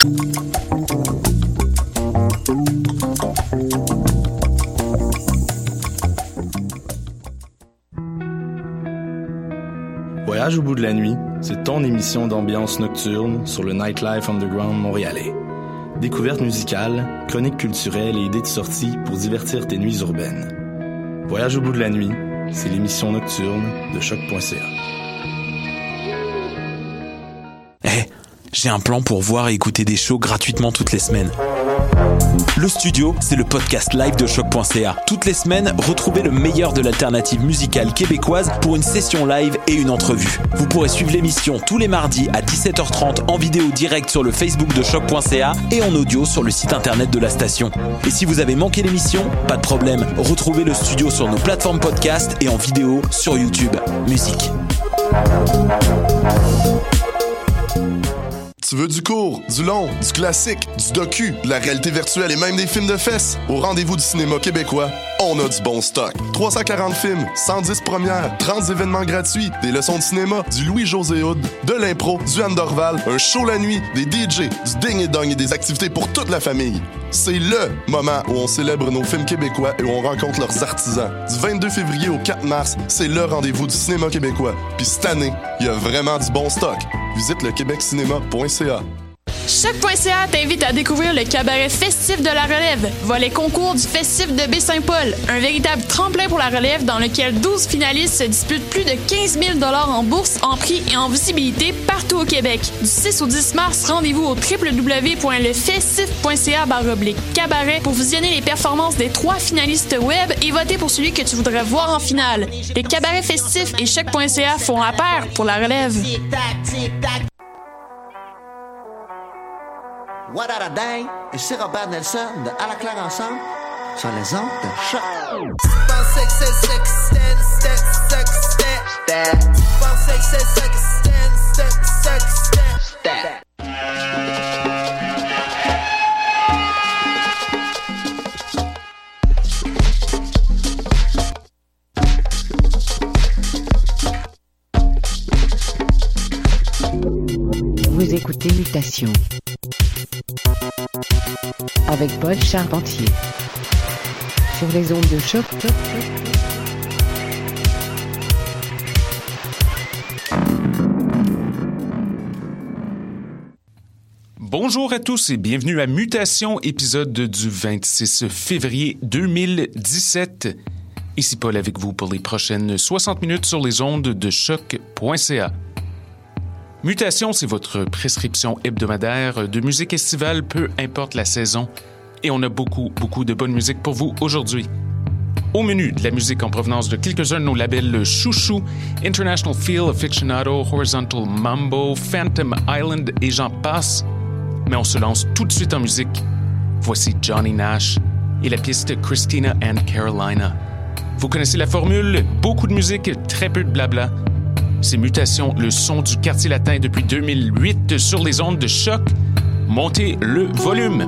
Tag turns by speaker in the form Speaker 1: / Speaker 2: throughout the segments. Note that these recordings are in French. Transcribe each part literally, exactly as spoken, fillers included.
Speaker 1: Voyage au bout de la nuit, c'est ton émission d'ambiance nocturne sur le Nightlife Underground montréalais. Découvertes musicales, chroniques culturelles et idées de sortie pour divertir tes nuits urbaines. Voyage au bout de la nuit, c'est l'émission nocturne de choc point c a.
Speaker 2: Hey, j'ai un plan pour voir et écouter des shows gratuitement toutes les semaines. Le Studio, c'est le podcast live de choc point c a. Toutes les semaines, retrouvez le meilleur de l'alternative musicale québécoise pour une session live et une entrevue. Vous pourrez suivre l'émission tous les mardis à dix-sept heures trente en vidéo direct sur le Facebook de choc point c a et en audio sur le site internet de la station. Et si vous avez manqué l'émission, pas de problème, retrouvez le Studio sur nos plateformes podcast et en vidéo sur YouTube. Musique.
Speaker 3: Tu veux du court, du long, du classique, du docu, de la réalité virtuelle et même des films de fesses? Au rendez-vous du cinéma québécois, on a du bon stock. trois cent quarante films, cent dix premières, trente événements gratuits, des leçons de cinéma, du Louis-José Hood, de l'impro, du Anne Dorval, un show la nuit, des D J, du ding et dong et des activités pour toute la famille. C'est LE moment où on célèbre nos films québécois et où on rencontre leurs artisans. Du vingt-deux février au quatre mars, c'est le rendez-vous du cinéma québécois. Puis cette année, il y a vraiment du bon stock. Visite le québec cinéma point c a.
Speaker 4: choc point c a t'invite à découvrir le cabaret festif de la relève, volet concours du festif de Baie-Saint-Paul, un véritable tremplin pour la relève dans lequel douze finalistes se disputent plus de quinze mille dollars en bourse, en prix et en visibilité partout au Québec. Du six au dix mars, rendez-vous au w w w point le festif point c a barre oblique cabaret pour visionner les performances des trois finalistes web et voter pour celui que tu voudrais voir en finale. Les cabarets festifs et choc point c a font la paire pour la relève.
Speaker 5: What a Day, et c'est Robert Nelson de À la claire ensemble sur les ondes de choc.
Speaker 6: Vous écoutez Mutation avec Paul Charpentier sur les ondes de choc.
Speaker 7: Bonjour à tous et bienvenue à Mutation, épisode du vingt-six février deux mille dix-sept. Ici Paul avec vous pour les prochaines soixante minutes sur les ondes de choc point c a. Mutation, c'est votre prescription hebdomadaire de musique estivale, peu importe la saison. Et on a beaucoup, beaucoup de bonne musique pour vous aujourd'hui. Au menu, de la musique en provenance de quelques-uns de nos labels chouchous, International Feel, Aficionado, Horizontal Mambo, Phantom Island et j'en passe. Mais on se lance tout de suite en musique. Voici Johnny Nash et la pièce Christina and Carolina. Vous connaissez la formule, beaucoup de musique, très peu de blabla. C'est Mutation, le son du quartier latin depuis deux mille huit sur les ondes de choc. Montez le volume.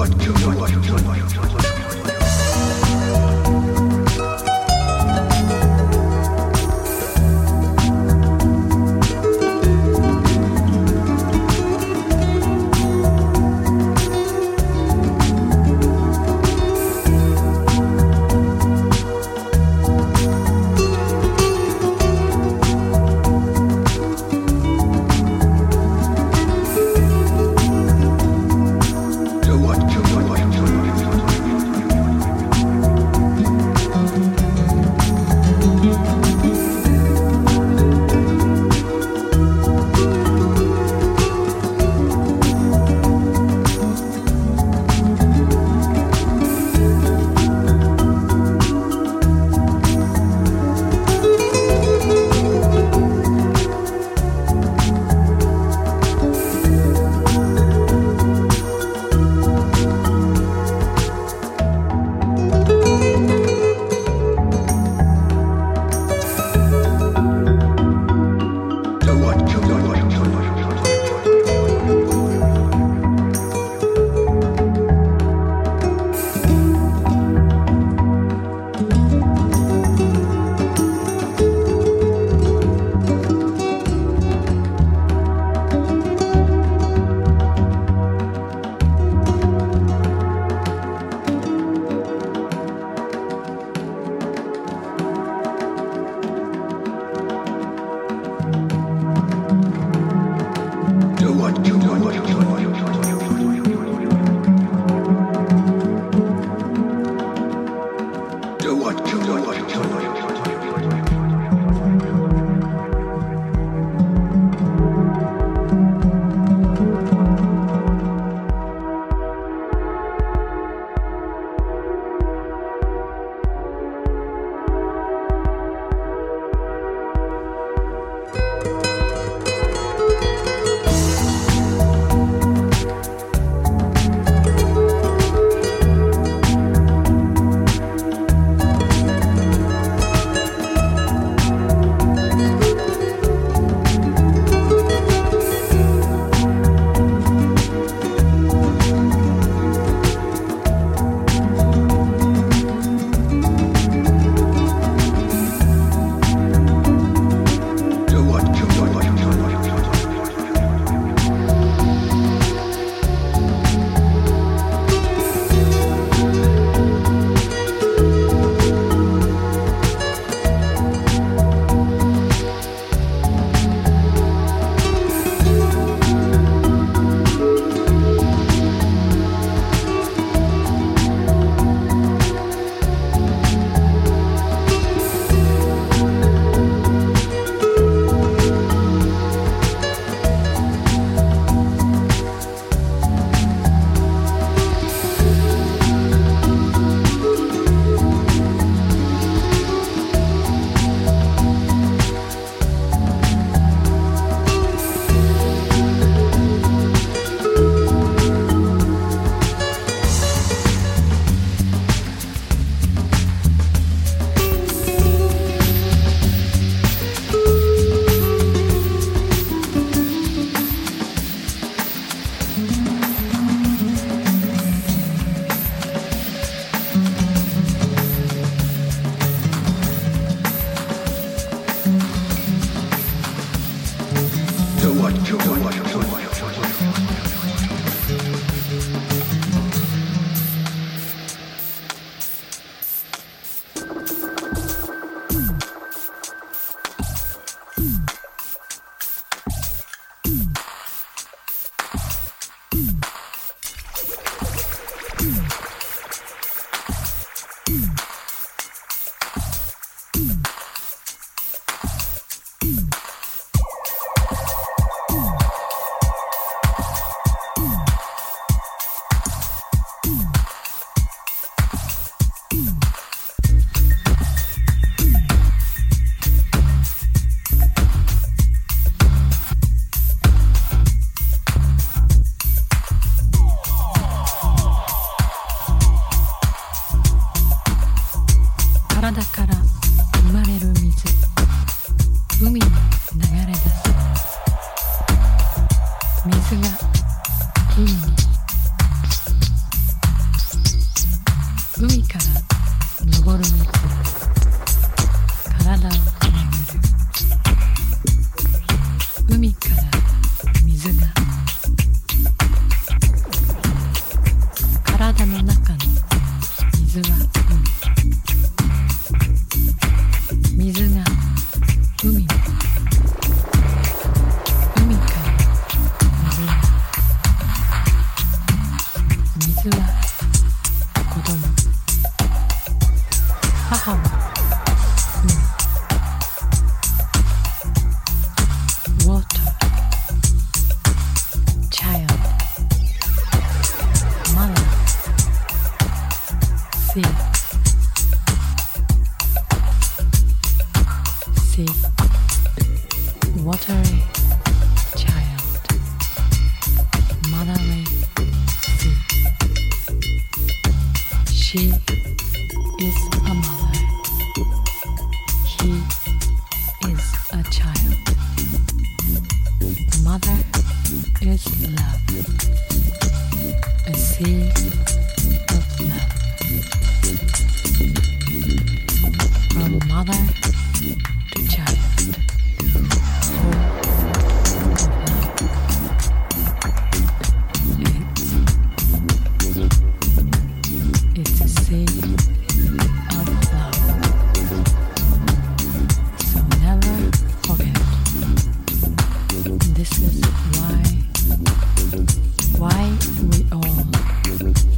Speaker 6: 水が海に
Speaker 8: seed of love. From mother to child. It's a seed of love. So never forget. This is why, why we all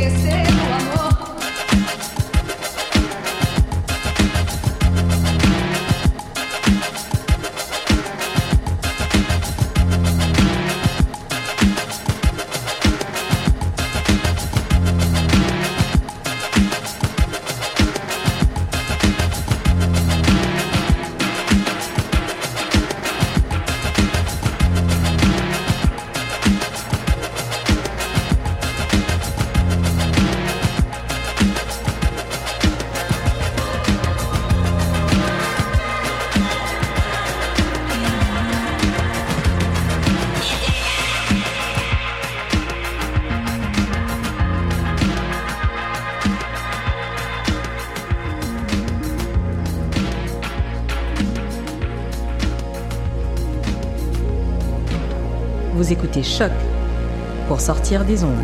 Speaker 9: Vous écoutez Choc pour sortir des ondes.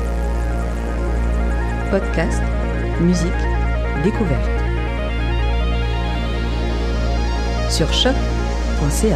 Speaker 9: Podcast, musique, découverte. Sur choc point c a.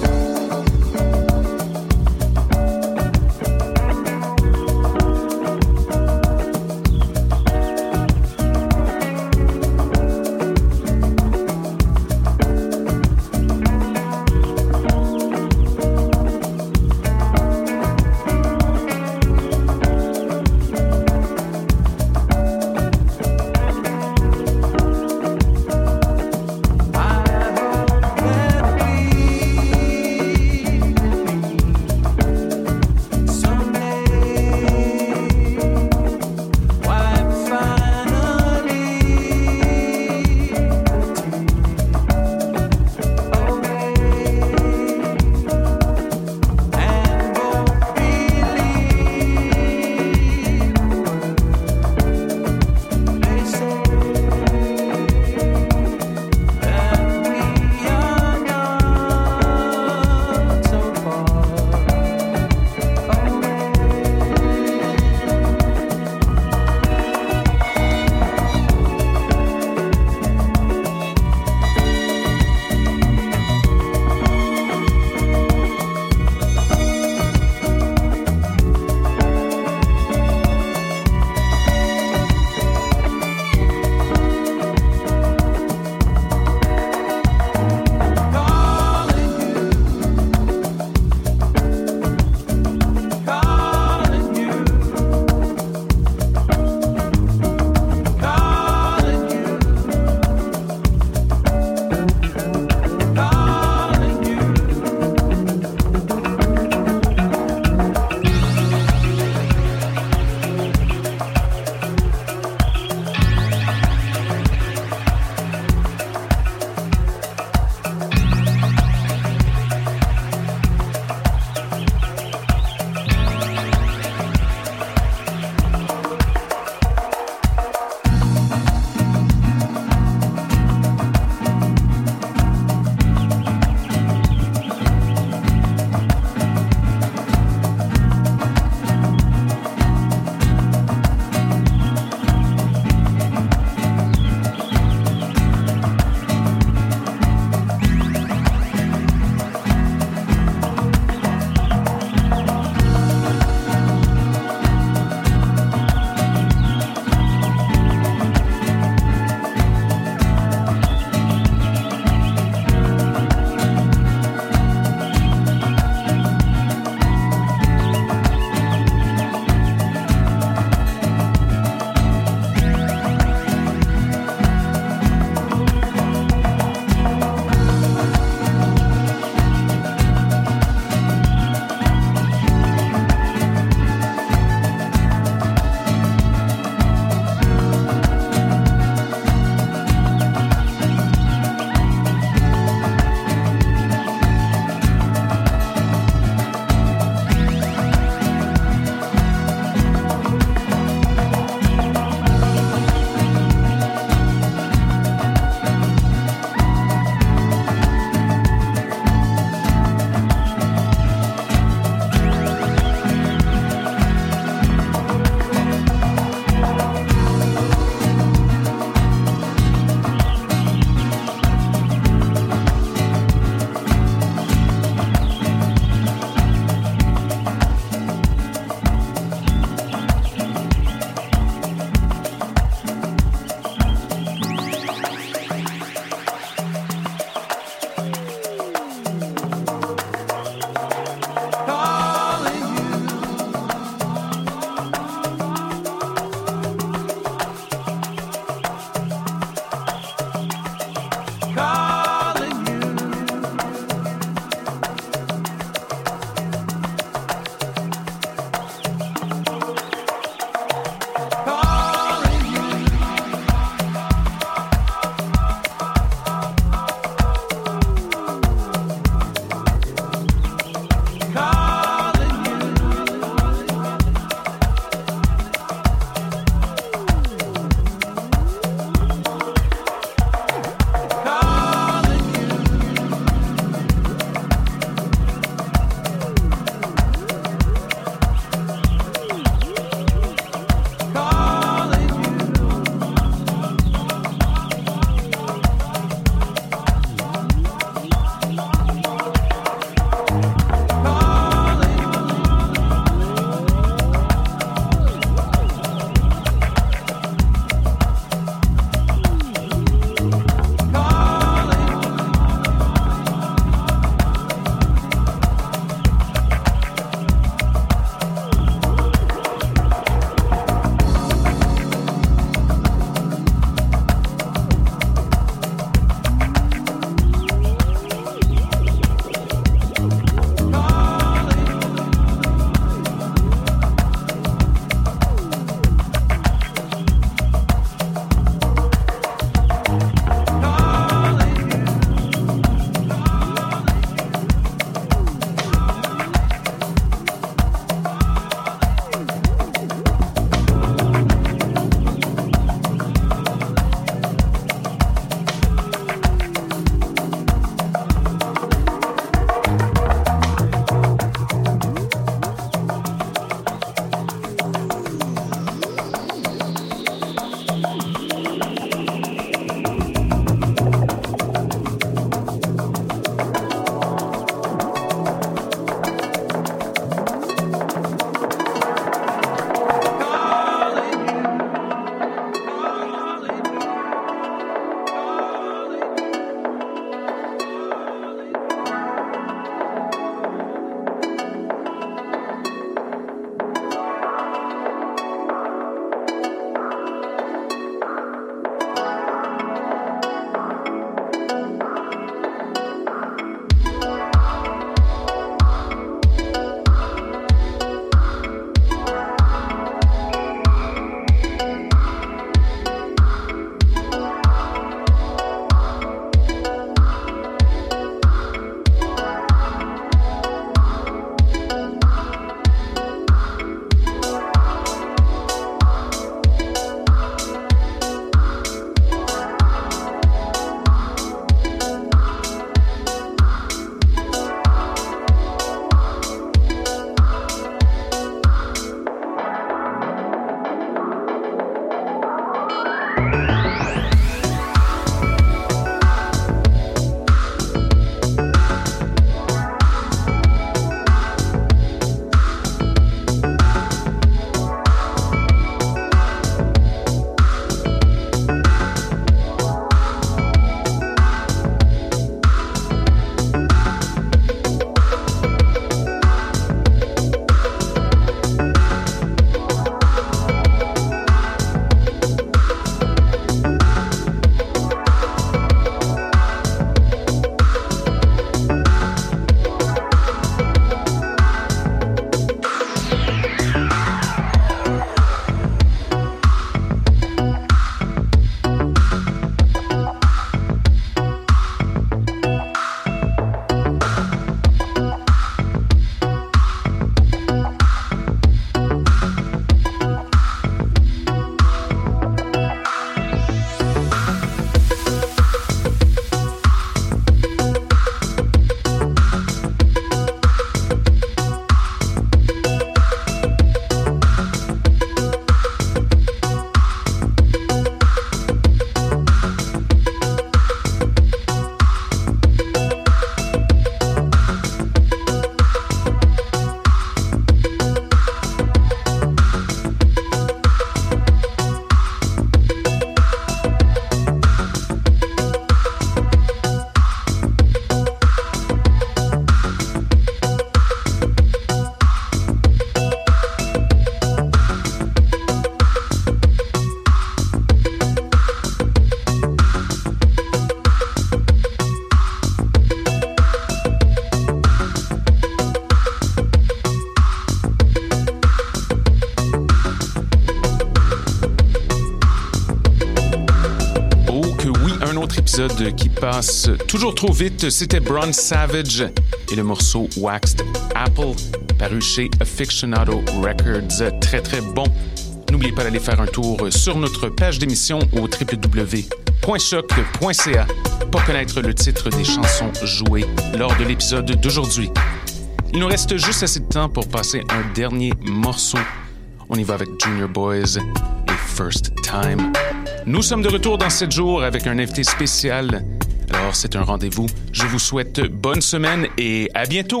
Speaker 7: épisode qui passe toujours trop vite. C'était Bron Savage et le morceau Waxed Apple, paru chez Aficionado Records. Très, très bon. N'oubliez pas d'aller faire un tour sur notre page d'émission au w w w point choc point c a pour connaître le titre des chansons jouées lors de l'épisode d'aujourd'hui. Il nous reste juste assez de temps pour passer un dernier morceau. On y va avec Junior Boys et First Time. Nous sommes de retour dans sept jours avec un invité spécial. Alors, c'est un rendez-vous. Je vous souhaite bonne semaine et à bientôt!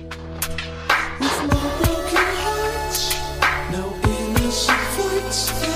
Speaker 10: No innocent fights.